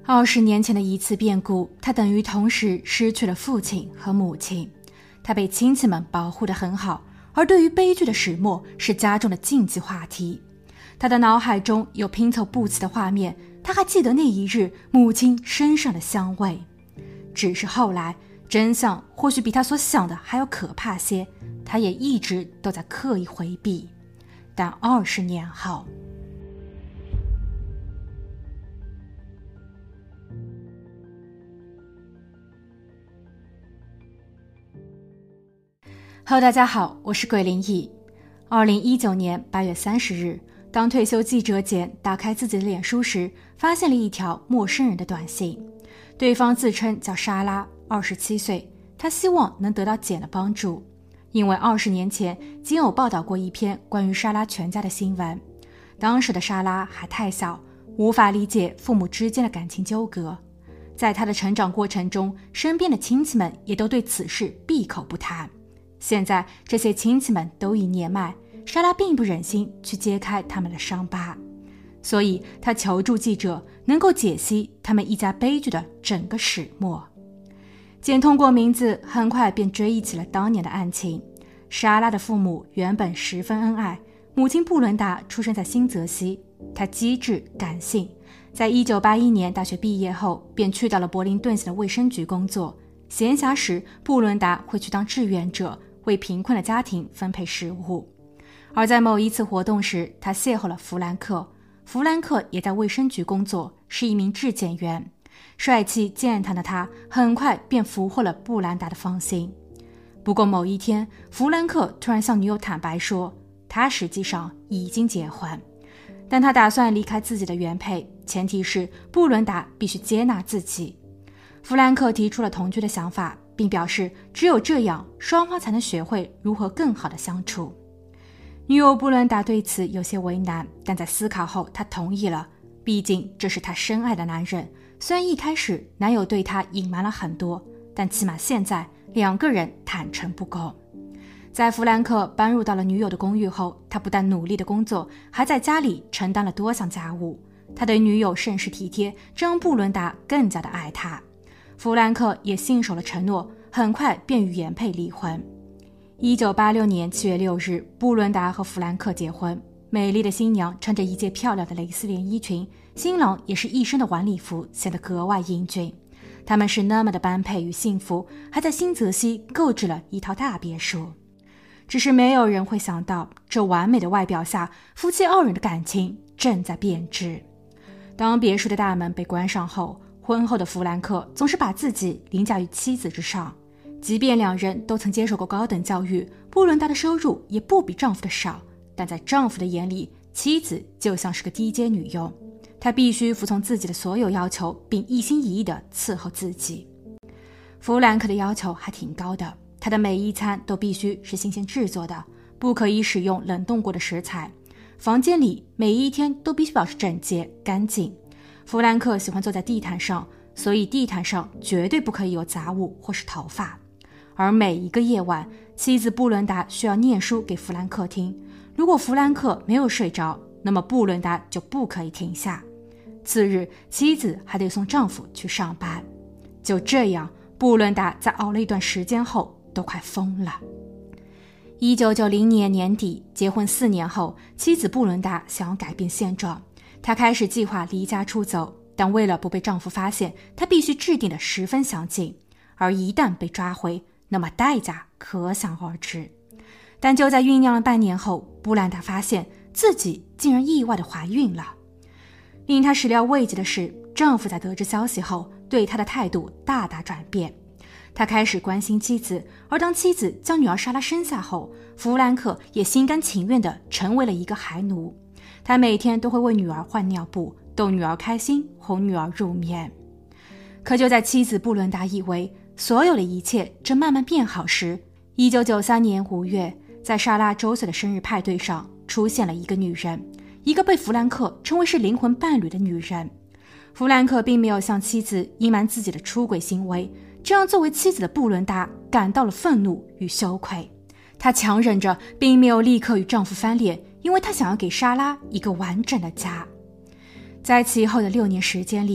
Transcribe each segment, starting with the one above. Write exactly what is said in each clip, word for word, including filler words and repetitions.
二十年前的一次变故，他等于同时失去了父亲和母亲。他被亲戚们保护得很好，而对于悲剧的始末是家中的禁忌话题。他的脑海中有拼凑不齐的画面，他还记得那一日母亲身上的香味。只是后来，真相或许比他所想的还要可怕些，他也一直都在刻意回避。但二十年后，Hello， 大家好，我是鬼灵异。二零一九年八月三十日，当退休记者简打开自己的脸书时，发现了一条陌生人的短信。对方自称叫莎拉，二十七岁，他希望能得到简的帮助，因为二十年前仅有报道过一篇关于莎拉全家的新闻。当时的莎拉还太小，无法理解父母之间的感情纠葛。在他的成长过程中，身边的亲戚们也都对此事闭口不谈。现在这些亲戚们都已年迈，莎拉并不忍心去揭开他们的伤疤，所以他求助记者能够解析他们一家悲剧的整个始末。简通过名字很快便追忆起了当年的案情。莎拉的父母原本十分恩爱，母亲布伦达出生在新泽西，她机智感性，在一九八一年大学毕业后便去到了柏林顿县的卫生局工作，闲暇时布伦达会去当志愿者，为贫困的家庭分配食物。而在某一次活动时，他邂逅了弗兰克。弗兰克也在卫生局工作，是一名质检员。帅气健谈的他很快便俘获了布兰达的芳心。不过某一天，弗兰克突然向女友坦白说，他实际上已经结婚，但他打算离开自己的原配，前提是布伦达必须接纳自己。弗兰克提出了同居的想法，并表示只有这样，双方才能学会如何更好的相处。女友布伦达对此有些为难，但在思考后她同意了，毕竟这是她深爱的男人。虽然一开始男友对她隐瞒了很多，但起码现在两个人坦诚不公。在弗兰克搬入到了女友的公寓后，他不但努力的工作，还在家里承担了多项家务。他对女友甚是体贴，这让布伦达更加的爱他。弗兰克也信守了承诺，很快便与原配离婚。一九八六年七月六日，布伦达和弗兰克结婚。美丽的新娘穿着一件漂亮的蕾丝连衣裙，新郎也是一身的晚礼服，显得格外英俊。他们是那么的般配与幸福，还在新泽西购置了一套大别墅。只是没有人会想到，这完美的外表下，夫妻二人的感情正在变质。当别墅的大门被关上后，婚后的弗兰克总是把自己凌驾于妻子之上。即便两人都曾接受过高等教育，布伦达的收入也不比丈夫的少，但在丈夫的眼里，妻子就像是个低阶女佣，她必须服从自己的所有要求，并一心一意地伺候自己。弗兰克的要求还挺高的，他的每一餐都必须是新鲜制作的，不可以使用冷冻过的食材。房间里每一天都必须保持整洁干净。弗兰克喜欢坐在地毯上，所以地毯上绝对不可以有杂物或是头发。而每一个夜晚，妻子布伦达需要念书给弗兰克听，如果弗兰克没有睡着，那么布伦达就不可以停下。次日，妻子还得送丈夫去上班。就这样，布伦达在熬了一段时间后都快疯了。一九九零年年底，结婚四年后，妻子布伦达想要改变现状，她开始计划离家出走，但为了不被丈夫发现，她必须制定得十分详尽，而一旦被抓回，那么代价可想而知。但就在酝酿了半年后，布兰达发现自己竟然意外地怀孕了。令她始料未及的是，丈夫在得知消息后，对她的态度大大转变。他开始关心妻子，而当妻子将女儿莎拉生下后，弗兰克也心甘情愿地成为了一个孩奴。他每天都会为女儿换尿布，逗女儿开心，哄女儿入眠。可就在妻子布伦达以为所有的一切正慢慢变好时，一九九三年五月，在莎拉周岁的生日派对上，出现了一个女人，一个被弗兰克称为是灵魂伴侣的女人。弗兰克并没有向妻子隐瞒自己的出轨行为，这让作为妻子的布伦达感到了愤怒与羞愧。她强忍着，并没有立刻与丈夫翻脸，因为她想要给莎拉一个完整的家。在其后的六年时间里，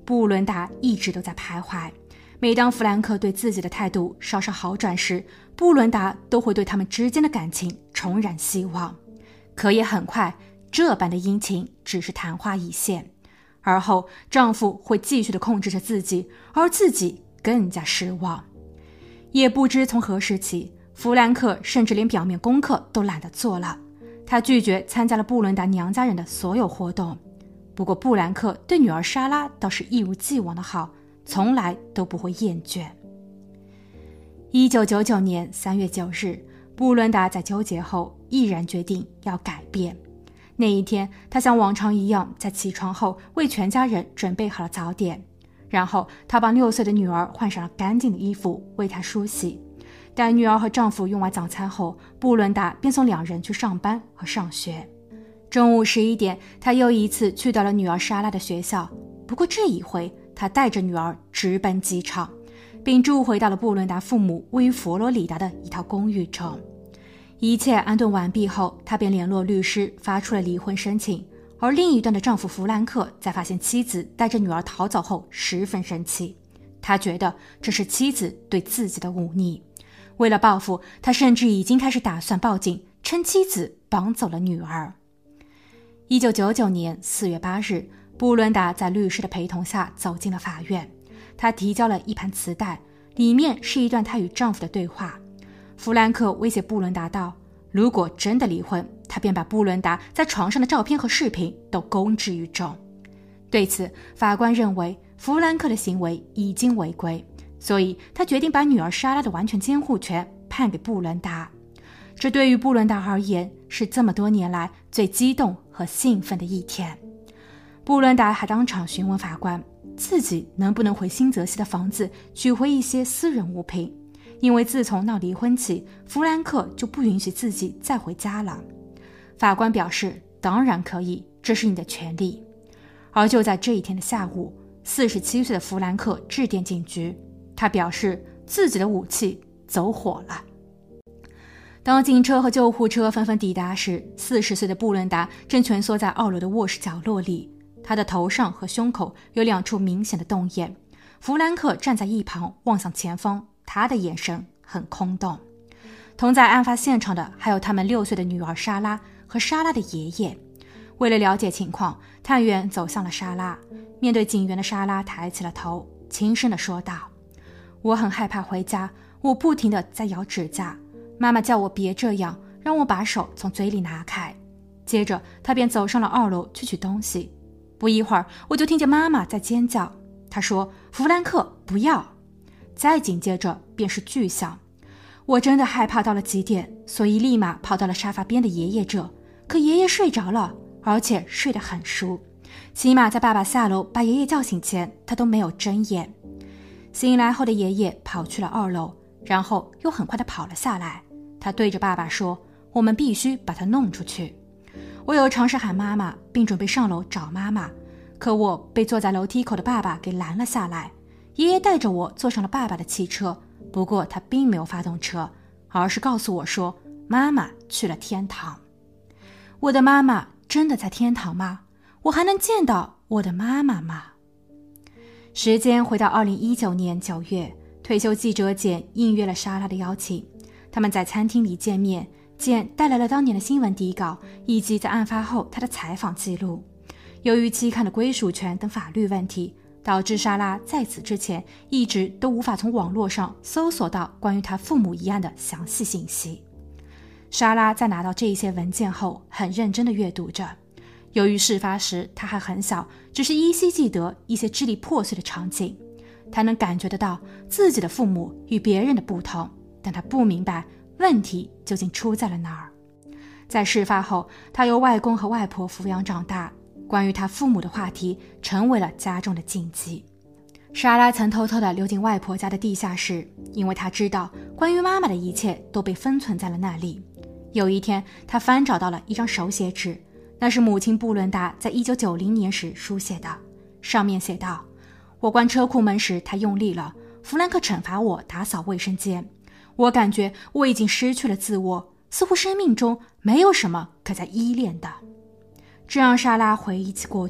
布伦达一直都在徘徊。每当弗兰克对自己的态度稍稍好转时，布伦达都会对他们之间的感情重燃希望。可也很快，这般的殷勤只是昙花一现，而后丈夫会继续地控制着自己，而自己更加失望。也不知从何时起，弗兰克甚至连表面功课都懒得做了。他拒绝参加了布伦达娘家人的所有活动。不过布兰克对女儿莎拉倒是一如既往的好，从来都不会厌倦。一九九九年三月九日，布伦达在纠结后毅然决定要改变。那一天，他像往常一样在起床后为全家人准备好了早点，然后他帮六岁的女儿换上了干净的衣服，为她梳洗。待女儿和丈夫用完早餐后，布伦达便送两人去上班和上学。中午十一点，他又一次去到了女儿莎拉的学校，不过这一回他带着女儿直奔机场，并住回到了布伦达父母位于佛罗里达的一套公寓中。一切安顿完毕后，他便联络律师发出了离婚申请。而另一端的丈夫弗兰克在发现妻子带着女儿逃走后十分生气，他觉得这是妻子对自己的忤逆。为了报复，他甚至已经开始打算报警，称妻子绑走了女儿。一九九九年四月八日，布伦达在律师的陪同下走进了法院。她提交了一盘磁带，里面是一段她与丈夫的对话。弗兰克威胁布伦达道，如果真的离婚，他便把布伦达在床上的照片和视频都公之于众。对此，法官认为弗兰克的行为已经违规，所以他决定把女儿莎拉的完全监护权判给布伦达。这对于布伦达而言是这么多年来最激动和兴奋的一天。布伦达还当场询问法官，自己能不能回新泽西的房子取回一些私人物品，因为自从闹离婚起，弗兰克就不允许自己再回家了。法官表示，当然可以，这是你的权利。而就在这一天的下午，四十七岁的弗兰克致电警局，他表示自己的武器走火了。当警车和救护车纷纷抵达时，四十岁的布伦达正蜷缩在二楼的卧室角落里，他的头上和胸口有两处明显的洞眼。弗兰克站在一旁望向前方，他的眼神很空洞。同在案发现场的还有他们六岁的女儿莎拉和莎拉的爷爷。为了了解情况，探员走向了莎拉。面对警员的莎拉抬起了头，轻声地说道，我很害怕回家，我不停地在咬指甲，妈妈叫我别这样，让我把手从嘴里拿开。接着她便走上了二楼去取东西。不一会儿，我就听见妈妈在尖叫，她说，弗兰克，不要。再紧接着便是巨响。我真的害怕到了极点，所以立马跑到了沙发边的爷爷这，可爷爷睡着了，而且睡得很熟，起码在爸爸下楼把爷爷叫醒前，他都没有睁眼。醒来后的爷爷跑去了二楼，然后又很快地跑了下来。他对着爸爸说，我们必须把他弄出去。我有尝试喊妈妈，并准备上楼找妈妈，可我被坐在楼梯口的爸爸给拦了下来。爷爷带着我坐上了爸爸的汽车，不过他并没有发动车，而是告诉我说，妈妈去了天堂。我的妈妈真的在天堂吗？我还能见到我的妈妈吗？时间回到二零一九年九月，退休记者简应约了莎拉的邀请，他们在餐厅里见面。简带来了当年的新闻底稿，以及在案发后他的采访记录。由于期刊的归属权等法律问题，导致莎拉在此之前一直都无法从网络上搜索到关于他父母一案的详细信息。莎拉在拿到这一些文件后，很认真地阅读着。由于事发时她还很小，只是依稀记得一些支离破碎的场景，她能感觉得到自己的父母与别人的不同，但她不明白问题究竟出在了哪儿。在事发后，她由外公和外婆抚养长大，关于她父母的话题成为了家中的禁忌。莎拉曾偷偷地溜进外婆家的地下室，因为她知道关于妈妈的一切都被封存在了那里。有一天，她翻找到了一张手写纸，那是母亲布伦达在一九九零年时书写的，上面写道，我关车库门时太用力了，弗兰克惩罚我打扫卫生间，我感觉我已经失去了自我，似乎生命中没有什么可再依恋的。这让莎拉回忆起过去，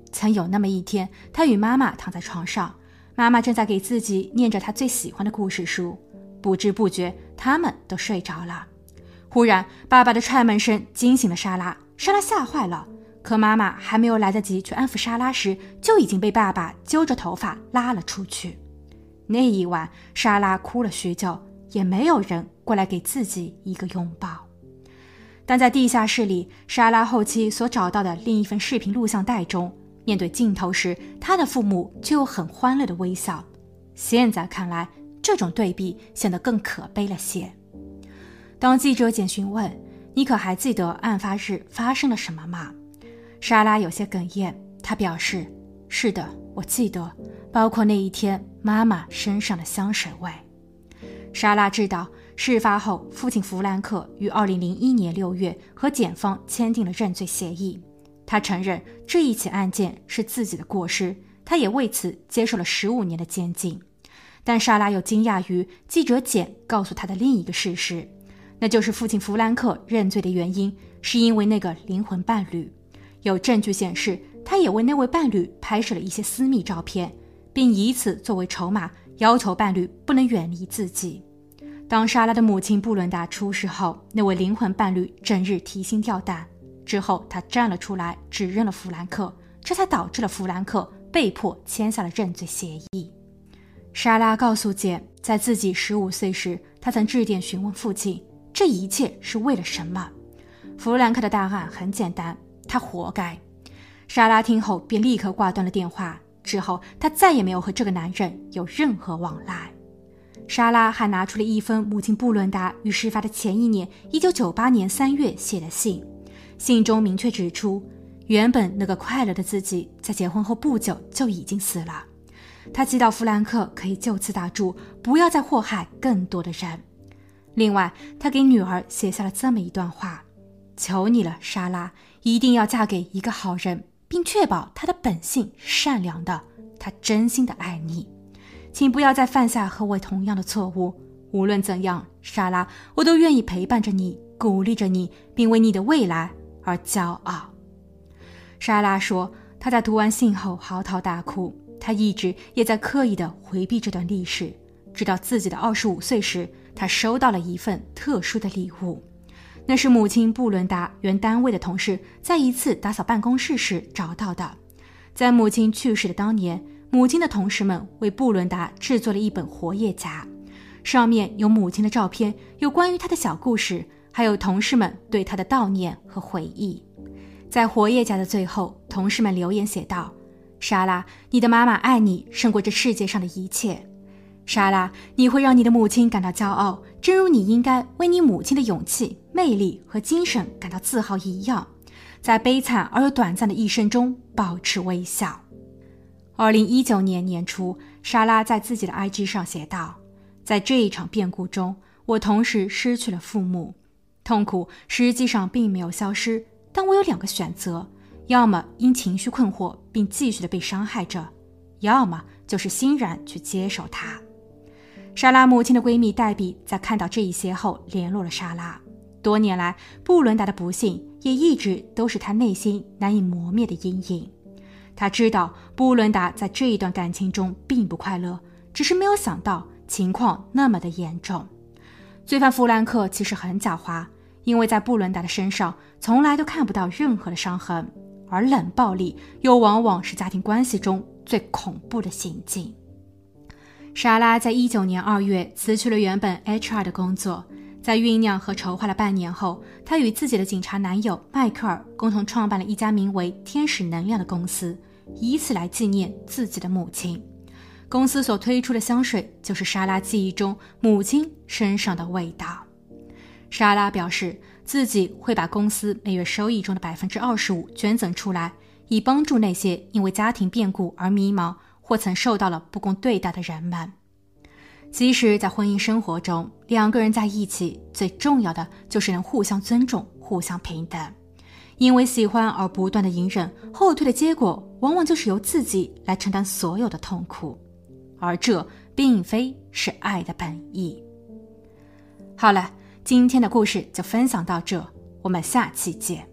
曾有那么一天，他与妈妈躺在床上，妈妈正在给自己念着她最喜欢的故事书，不知不觉他们都睡着了。忽然爸爸的踹门声惊醒了莎拉，莎拉吓坏了，可妈妈还没有来得及去安抚莎拉时，就已经被爸爸揪着头发拉了出去。那一晚莎拉哭了许久，也没有人过来给自己一个拥抱。但在地下室里，莎拉后期所找到的另一份视频录像带中，面对镜头时，她的父母却又很欢乐的微笑。现在看来，这种对比显得更可悲了些。当记者简询问，你可还记得案发日发生了什么吗？莎拉有些哽咽，她表示，是的，我记得，包括那一天妈妈身上的香水味。莎拉知道，事发后父亲弗兰克于二零零一年六月和检方签订了认罪协议。他承认这一起案件是自己的过失，他也为此接受了十五年的监禁。但莎拉又惊讶于记者简告诉他的另一个事实，那就是父亲弗兰克认罪的原因是因为那个灵魂伴侣。有证据显示，他也为那位伴侣拍摄了一些私密照片，并以此作为筹码，要求伴侣不能远离自己。当莎拉的母亲布伦达出事后，那位灵魂伴侣整日提心吊胆，之后他站了出来指认了弗兰克，这才导致了弗兰克被迫签下了认罪协议。莎拉告诉简，在自己十五岁时，他曾致电询问父亲，这一切是为了什么？弗兰克的答案很简单，他活该。莎拉听后便立刻挂断了电话，之后她再也没有和这个男人有任何往来。莎拉还拿出了一封母亲布伦达于事发的前一年一九九八年三月写的信，信中明确指出，原本那个快乐的自己在结婚后不久就已经死了。他祈祷弗兰克可以就此打住，不要再祸害更多的人。另外，他给女儿写下了这么一段话，求你了，莎拉，一定要嫁给一个好人，并确保他的本性是善良的，他真心的爱你。请不要再犯下和我同样的错误。无论怎样，莎拉，我都愿意陪伴着你，鼓励着你，并为你的未来而骄傲。莎拉说，她在读完信后嚎啕大哭，她一直也在刻意地回避这段历史，直到自己的二十五岁时，她收到了一份特殊的礼物。那是母亲布伦达原单位的同事在一次打扫办公室时找到的。在母亲去世的当年，母亲的同事们为布伦达制作了一本活页夹，上面有母亲的照片，有关于她的小故事，还有同事们对她的悼念和回忆。在活页夹的最后，同事们留言写道，莎拉，你的妈妈爱你胜过这世界上的一切。莎拉，你会让你的母亲感到骄傲，正如你应该为你母亲的勇气、魅力和精神感到自豪一样，在悲惨而又短暂的一生中保持微笑。二零一九年年初，莎拉在自己的 I G 上写道，在这一场变故中，我同时失去了父母，痛苦实际上并没有消失，但我有两个选择，要么因情绪困惑并继续的被伤害着，要么就是欣然去接受它。莎拉母亲的闺蜜黛比在看到这一些后联络了莎拉，多年来布伦达的不幸也一直都是她内心难以磨灭的阴影。她知道布伦达在这一段感情中并不快乐，只是没有想到情况那么的严重。罪犯弗兰克其实很狡猾，因为在布伦达的身上从来都看不到任何的伤痕，而冷暴力又往往是家庭关系中最恐怖的行径。莎拉在一九年二月辞去了原本 H R 的工作，在酝酿和筹划了半年后，她与自己的警察男友迈克尔共同创办了一家名为天使能量的公司，以此来纪念自己的母亲。公司所推出的香水就是莎拉记忆中母亲身上的味道。莎拉表示自己会把公司每月收益中的 百分之二十五 捐赠出来，以帮助那些因为家庭变故而迷茫或曾受到了不公对待的人们。即使在婚姻生活中，两个人在一起最重要的就是能互相尊重，互相平等。因为喜欢而不断的隐忍后退的结果，往往就是由自己来承担所有的痛苦，而这并非是爱的本意。好了，今天的故事就分享到这，我们下期见。